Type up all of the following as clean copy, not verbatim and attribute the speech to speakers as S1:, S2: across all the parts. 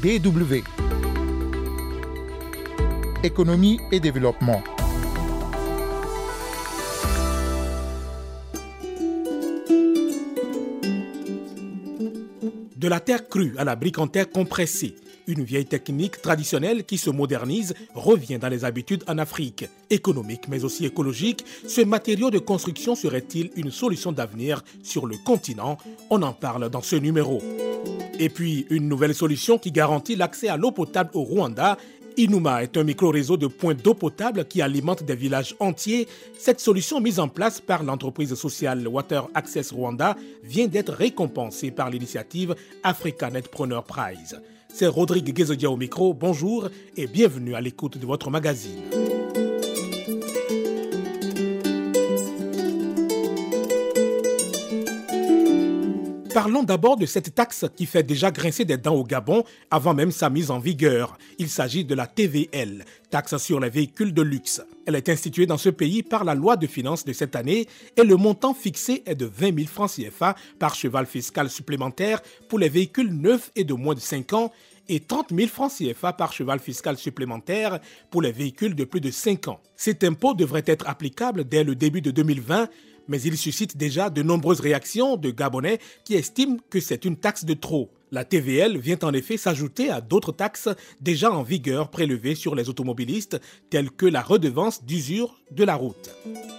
S1: BW. Économie et développement.
S2: De la terre crue à la brique en terre compressée, une vieille technique traditionnelle qui se modernise revient dans les habitudes en Afrique. Économique mais aussi écologique, ce matériau de construction serait-il une solution d'avenir sur le continent? On en parle dans ce numéro. Et puis, une nouvelle solution qui garantit l'accès à l'eau potable au Rwanda. Inuma est un micro-réseau de points d'eau potable qui alimente des villages entiers. Cette solution mise en place par l'entreprise sociale Water Access Rwanda vient d'être récompensée par l'initiative Africa Netpreneur Prize. C'est Rodrigue Guézodia au micro, bonjour et bienvenue à l'écoute de votre magazine. Parlons d'abord de cette taxe qui fait déjà grincer des dents au Gabon avant même sa mise en vigueur. Il s'agit de la TVL, taxe sur les véhicules de luxe. Elle est instituée dans ce pays par la loi de finances de cette année et le montant fixé est de 20 000 francs CFA par cheval fiscal supplémentaire pour les véhicules neufs et de moins de 5 ans et 30 000 francs CFA par cheval fiscal supplémentaire pour les véhicules de plus de 5 ans. Cet impôt devrait être applicable dès le début de 2020, mais il suscite déjà de nombreuses réactions de Gabonais qui estiment que c'est une taxe de trop. La TVL vient en effet s'ajouter à d'autres taxes déjà en vigueur prélevées sur les automobilistes, telles que la redevance d'usure de la route.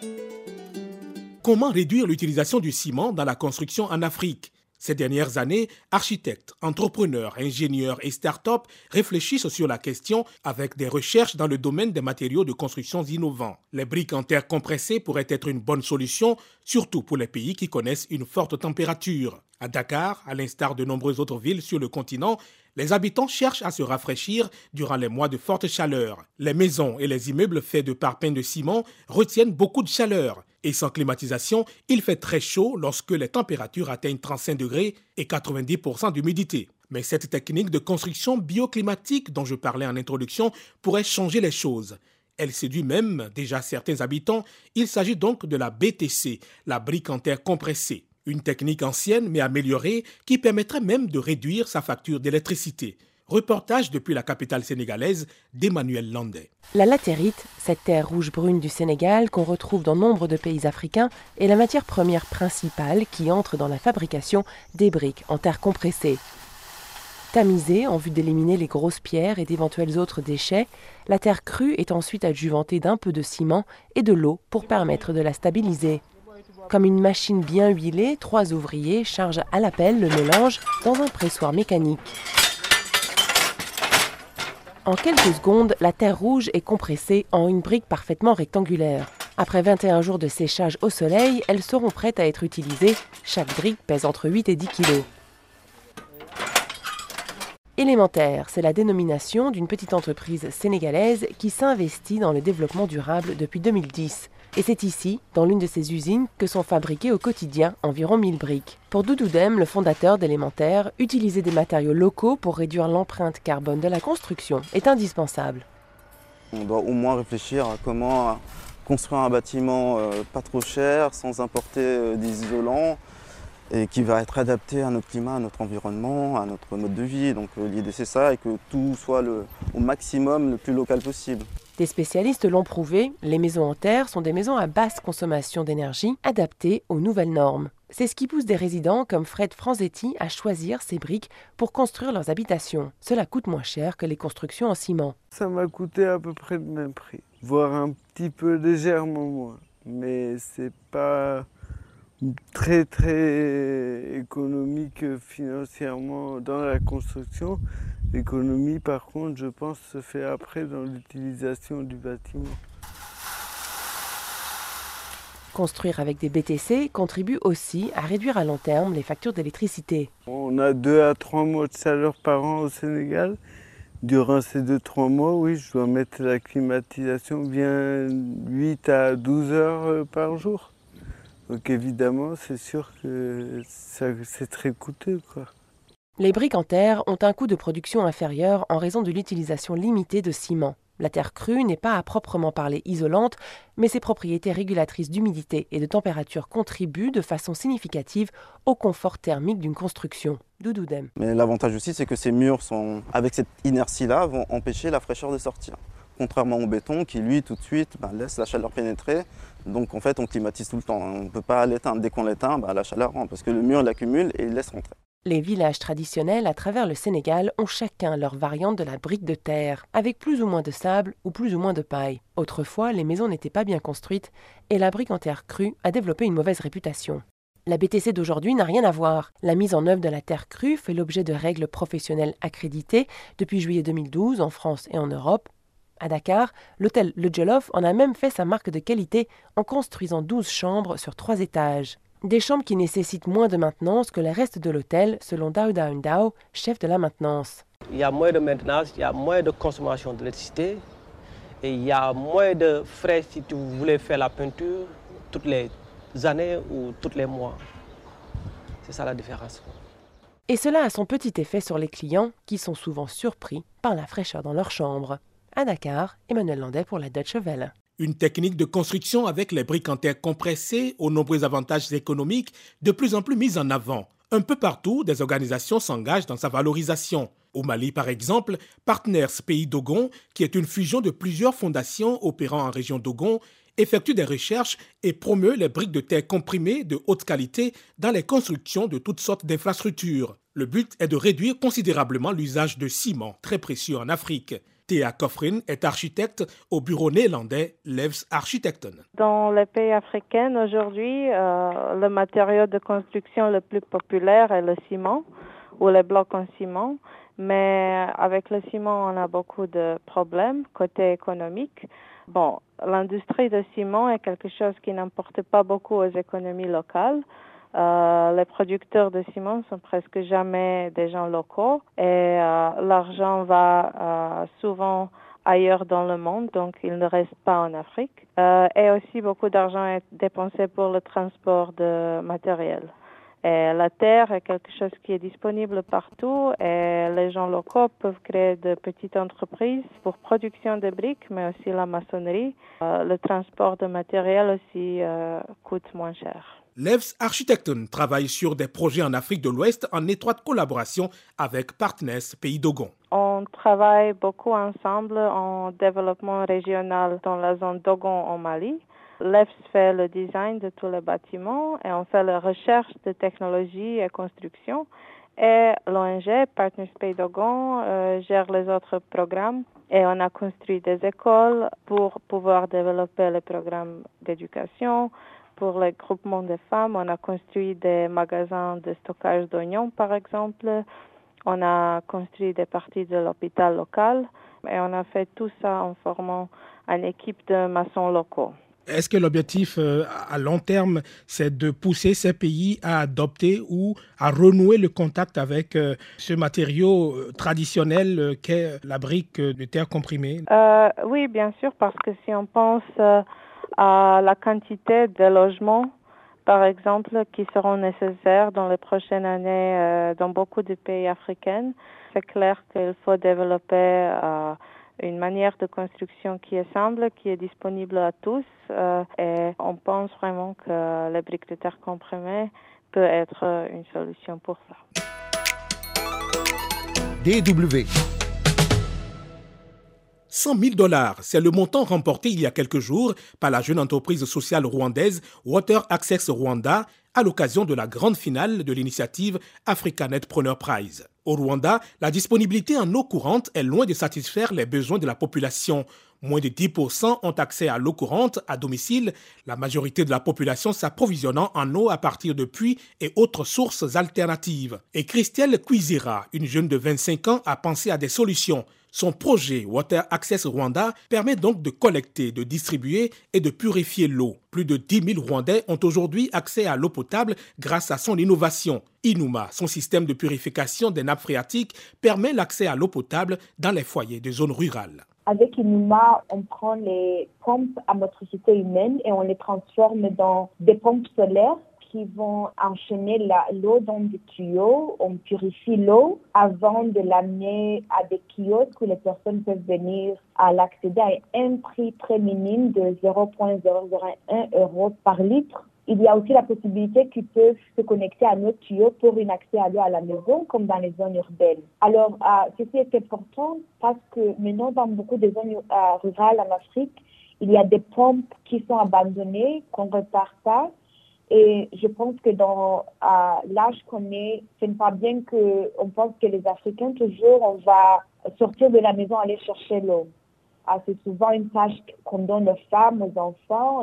S2: Comment réduire l'utilisation du ciment dans la construction en Afrique ? Ces dernières années, architectes, entrepreneurs, ingénieurs et start-up réfléchissent sur la question avec des recherches dans le domaine des matériaux de construction innovants. Les briques en terre compressées pourraient être une bonne solution, surtout pour les pays qui connaissent une forte température. À Dakar, à l'instar de nombreuses autres villes sur le continent, les habitants cherchent à se rafraîchir durant les mois de forte chaleur. Les maisons et les immeubles faits de parpaings de ciment retiennent beaucoup de chaleur. Et sans climatisation, il fait très chaud lorsque les températures atteignent 35 degrés et 90% d'humidité. Mais cette technique de construction bioclimatique dont je parlais en introduction pourrait changer les choses. Elle séduit même déjà certains habitants. Il s'agit donc de la BTC, la brique en terre compressée. Une technique ancienne mais améliorée qui permettrait même de réduire sa facture d'électricité. Reportage depuis la capitale sénégalaise d'Emmanuel Landais.
S3: La latérite, cette terre rouge-brune du Sénégal qu'on retrouve dans nombre de pays africains, est la matière première principale qui entre dans la fabrication des briques en terre compressée. Tamisée en vue d'éliminer les grosses pierres et d'éventuels autres déchets, la terre crue est ensuite adjuvantée d'un peu de ciment et de l'eau pour permettre de la stabiliser. Comme une machine bien huilée, 3 ouvriers chargent à la pelle le mélange dans un pressoir mécanique. En quelques secondes, la terre rouge est compressée en une brique parfaitement rectangulaire. Après 21 jours de séchage au soleil, elles seront prêtes à être utilisées. Chaque brique pèse entre 8 et 10 kilos. Élémentaire, c'est la dénomination d'une petite entreprise sénégalaise qui s'investit dans le développement durable depuis 2010. Et c'est ici, dans l'une de ces usines, que sont fabriquées au quotidien environ 1000 briques. Pour Doudou Dem, le fondateur d'Élémentaire, utiliser des matériaux locaux pour réduire l'empreinte carbone de la construction est indispensable.
S4: On doit au moins réfléchir à comment construire un bâtiment pas trop cher, sans importer des isolants, et qui va être adapté à notre climat, à notre environnement, à notre mode de vie. Donc l'idée c'est ça, et que tout soit au maximum le plus local possible.
S3: Des spécialistes l'ont prouvé, les maisons en terre sont des maisons à basse consommation d'énergie, adaptées aux nouvelles normes. C'est ce qui pousse des résidents comme Fred Franzetti à choisir ces briques pour construire leurs habitations. Cela coûte moins cher que les constructions en ciment.
S5: Ça m'a coûté à peu près le même prix, voire un petit peu légèrement moins. Mais c'est pas très économique financièrement dans la construction. L'économie, par contre, je pense, se fait après dans l'utilisation du bâtiment.
S3: Construire avec des BTC contribue aussi à réduire à long terme les factures d'électricité.
S5: On a 2 à 3 mois de chaleur par an au Sénégal. Durant ces 2-3 mois, oui, je dois mettre la climatisation bien 8 à 12 heures par jour. Donc évidemment, c'est sûr que c'est très coûteux, quoi.
S3: Les briques en terre ont un coût de production inférieur en raison de l'utilisation limitée de ciment. La terre crue n'est pas à proprement parler isolante, mais ses propriétés régulatrices d'humidité et de température contribuent de façon significative au confort thermique d'une construction. Doudou Dem.
S4: Mais l'avantage aussi, c'est que ces murs, avec cette inertie-là, vont empêcher la fraîcheur de sortir. Contrairement au béton qui, lui, tout de suite, laisse la chaleur pénétrer. Donc en fait, on climatise tout le temps. On ne peut pas l'éteindre. Dès qu'on l'éteint, la chaleur rentre parce que le mur l'accumule et il laisse rentrer.
S3: Les villages traditionnels à travers le Sénégal ont chacun leur variante de la brique de terre, avec plus ou moins de sable ou plus ou moins de paille. Autrefois, les maisons n'étaient pas bien construites et la brique en terre crue a développé une mauvaise réputation. La BTC d'aujourd'hui n'a rien à voir. La mise en œuvre de la terre crue fait l'objet de règles professionnelles accréditées depuis juillet 2012 en France et en Europe. À Dakar, l'hôtel Le Jollof en a même fait sa marque de qualité en construisant 12 chambres sur 3 étages. Des chambres qui nécessitent moins de maintenance que le reste de l'hôtel, selon Daouda Ndao, chef de la maintenance.
S6: Il y a moins de maintenance, il y a moins de consommation d'électricité et il y a moins de frais si tu voulais faire la peinture toutes les années ou tous les mois. C'est ça la différence.
S3: Et cela a son petit effet sur les clients qui sont souvent surpris par la fraîcheur dans leur chambre. À Dakar, Emmanuel Landais pour la Deutsche Welle.
S2: Une technique de construction avec les briques en terre compressées aux nombreux avantages économiques de plus en plus mis en avant. Un peu partout, des organisations s'engagent dans sa valorisation. Au Mali, par exemple, Partners Pays Dogon, qui est une fusion de plusieurs fondations opérant en région Dogon, effectue des recherches et promeut les briques de terre comprimées de haute qualité dans les constructions de toutes sortes d'infrastructures. Le but est de réduire considérablement l'usage de ciment, très précieux en Afrique. Thea Koffrin est architecte au bureau néerlandais Lefs Architecten.
S7: Dans les pays africains aujourd'hui, le matériau de construction le plus populaire est le ciment ou les blocs en ciment. Mais avec le ciment, on a beaucoup de problèmes côté économique. L'industrie de ciment est quelque chose qui n'importe pas beaucoup aux économies locales. Les producteurs de ciment sont presque jamais des gens locaux et l'argent va souvent ailleurs dans le monde, donc il ne reste pas en Afrique. Et aussi beaucoup d'argent est dépensé pour le transport de matériel. Et la terre est quelque chose qui est disponible partout et les gens locaux peuvent créer de petites entreprises pour production de briques, mais aussi la maçonnerie. Le transport de matériel aussi coûte moins cher.
S2: Lefs Architecten travaille sur des projets en Afrique de l'Ouest en étroite collaboration avec Partners Pays Dogon.
S7: On travaille beaucoup ensemble en développement régional dans la zone Dogon en Mali. Lefs fait le design de tous les bâtiments et on fait la recherche de technologie et construction. Et l'ONG, Partners Pays Dogon, gère les autres programmes. Et on a construit des écoles pour pouvoir développer les programmes d'éducation. Pour les groupements de femmes, on a construit des magasins de stockage d'oignons, par exemple. On a construit des parties de l'hôpital local. Et on a fait tout ça en formant une équipe de maçons locaux.
S2: Est-ce que l'objectif à long terme, c'est de pousser ces pays à adopter ou à renouer le contact avec ce matériau traditionnel qu'est la brique de terre comprimée?
S7: Oui, bien sûr, parce que si on pense à la quantité de logements, par exemple, qui seront nécessaires dans les prochaines années dans beaucoup de pays africains, c'est clair qu'il faut développer une manière de construction qui est simple, qui est disponible à tous. Et on pense vraiment que les briques de terre comprimées peut être une solution pour ça.
S1: DW.
S2: 100 000 $, c'est le montant remporté il y a quelques jours par la jeune entreprise sociale rwandaise Water Access Rwanda à l'occasion de la grande finale de l'initiative Africa Netpreneur Prize. Au Rwanda, la disponibilité en eau courante est loin de satisfaire les besoins de la population. Moins de 10% ont accès à l'eau courante à domicile, la majorité de la population s'approvisionnant en eau à partir de puits et autres sources alternatives. Et Christelle Kwizera, une jeune de 25 ans, a pensé à des solutions. Son projet Water Access Rwanda permet donc de collecter, de distribuer et de purifier l'eau. Plus de 10 000 Rwandais ont aujourd'hui accès à l'eau potable grâce à son innovation. Inuma, son système de purification des nappes phréatiques, permet l'accès à l'eau potable dans les foyers de zones rurales.
S8: Avec Inuma, on prend les pompes à motricité humaine et on les transforme dans des pompes solaires qui vont enchaîner l'eau dans des tuyaux. On purifie l'eau avant de l'amener à des kiosques où les personnes peuvent venir à l'accéder à un prix très minime de 0,001 € par litre. Il y a aussi la possibilité qu'ils peuvent se connecter à nos tuyaux pour un accès à l'eau à la maison, comme dans les zones urbaines. Alors, ceci est important parce que maintenant, dans beaucoup de zones rurales en Afrique, il y a des pompes qui sont abandonnées, qu'on ne repart pas. Et je pense que dans l'âge qu'on est, ce n'est pas bien qu'on pense que les Africains, toujours, on va sortir de la maison, aller chercher l'eau. C'est souvent une tâche qu'on donne aux femmes, aux enfants.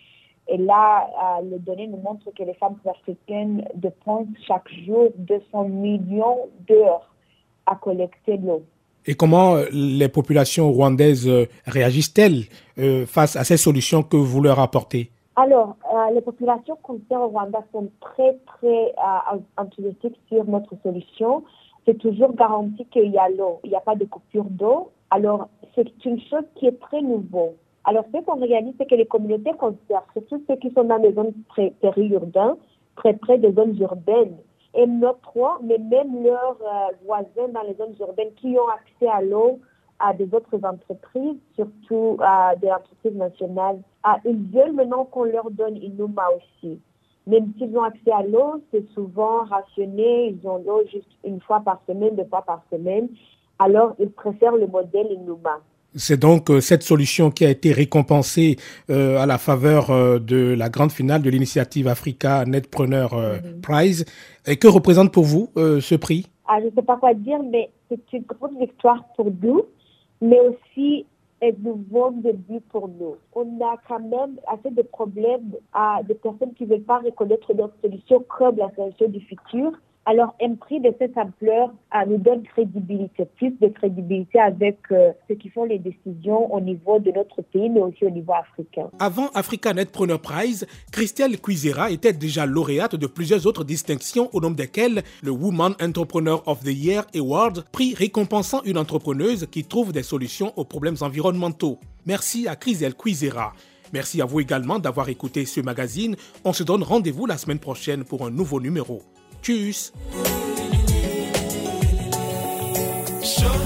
S8: Et là, les données nous montrent que les femmes africaines dépensent chaque jour 200 millions d'heures à collecter l'eau.
S2: Et comment les populations rwandaises réagissent-elles face à ces solutions que vous leur apportez?
S8: Alors, les populations conscientes au Rwanda sont très, très enthousiastes sur notre solution. C'est toujours garanti qu'il y a l'eau, il n'y a pas de coupure d'eau. Alors, c'est une chose qui est très nouveau. Alors, ce qu'on réalise, c'est que les communautés conscientes, surtout ceux qui sont dans les zones périurbaines, très près des zones urbaines, et notre, mais même leurs voisins dans les zones urbaines qui ont accès à l'eau, à des autres entreprises, surtout des entreprises nationales. Ils veulent maintenant qu'on leur donne une Inuma aussi. Même s'ils ont accès à l'eau, c'est souvent rationné, ils ont l'eau juste une fois par semaine, 2 fois par semaine. Alors, ils préfèrent le modèle Inuma.
S2: C'est donc cette solution qui a été récompensée à la faveur de la grande finale de l'initiative Africa Netpreneur Prize. Et que représente pour vous ce prix?
S8: Je ne sais pas quoi dire, mais c'est une grande victoire pour nous, mais aussi un nouveau début pour nous. On a quand même assez de problèmes de personnes qui ne veulent pas reconnaître notre solution comme la solution du futur. Alors, un prix de cette ampleur nous donne crédibilité, plus de crédibilité avec ceux qui font les décisions au niveau de notre pays, mais aussi au niveau africain.
S2: Avant Africa Netpreneur Prize, Christelle Kwizera était déjà lauréate de plusieurs autres distinctions, au nombre desquelles le Woman Entrepreneur of the Year Award, prix récompensant une entrepreneuse qui trouve des solutions aux problèmes environnementaux. Merci à Christelle Kwizera. Merci à vous également d'avoir écouté ce magazine. On se donne rendez-vous la semaine prochaine pour un nouveau numéro. Tschüss.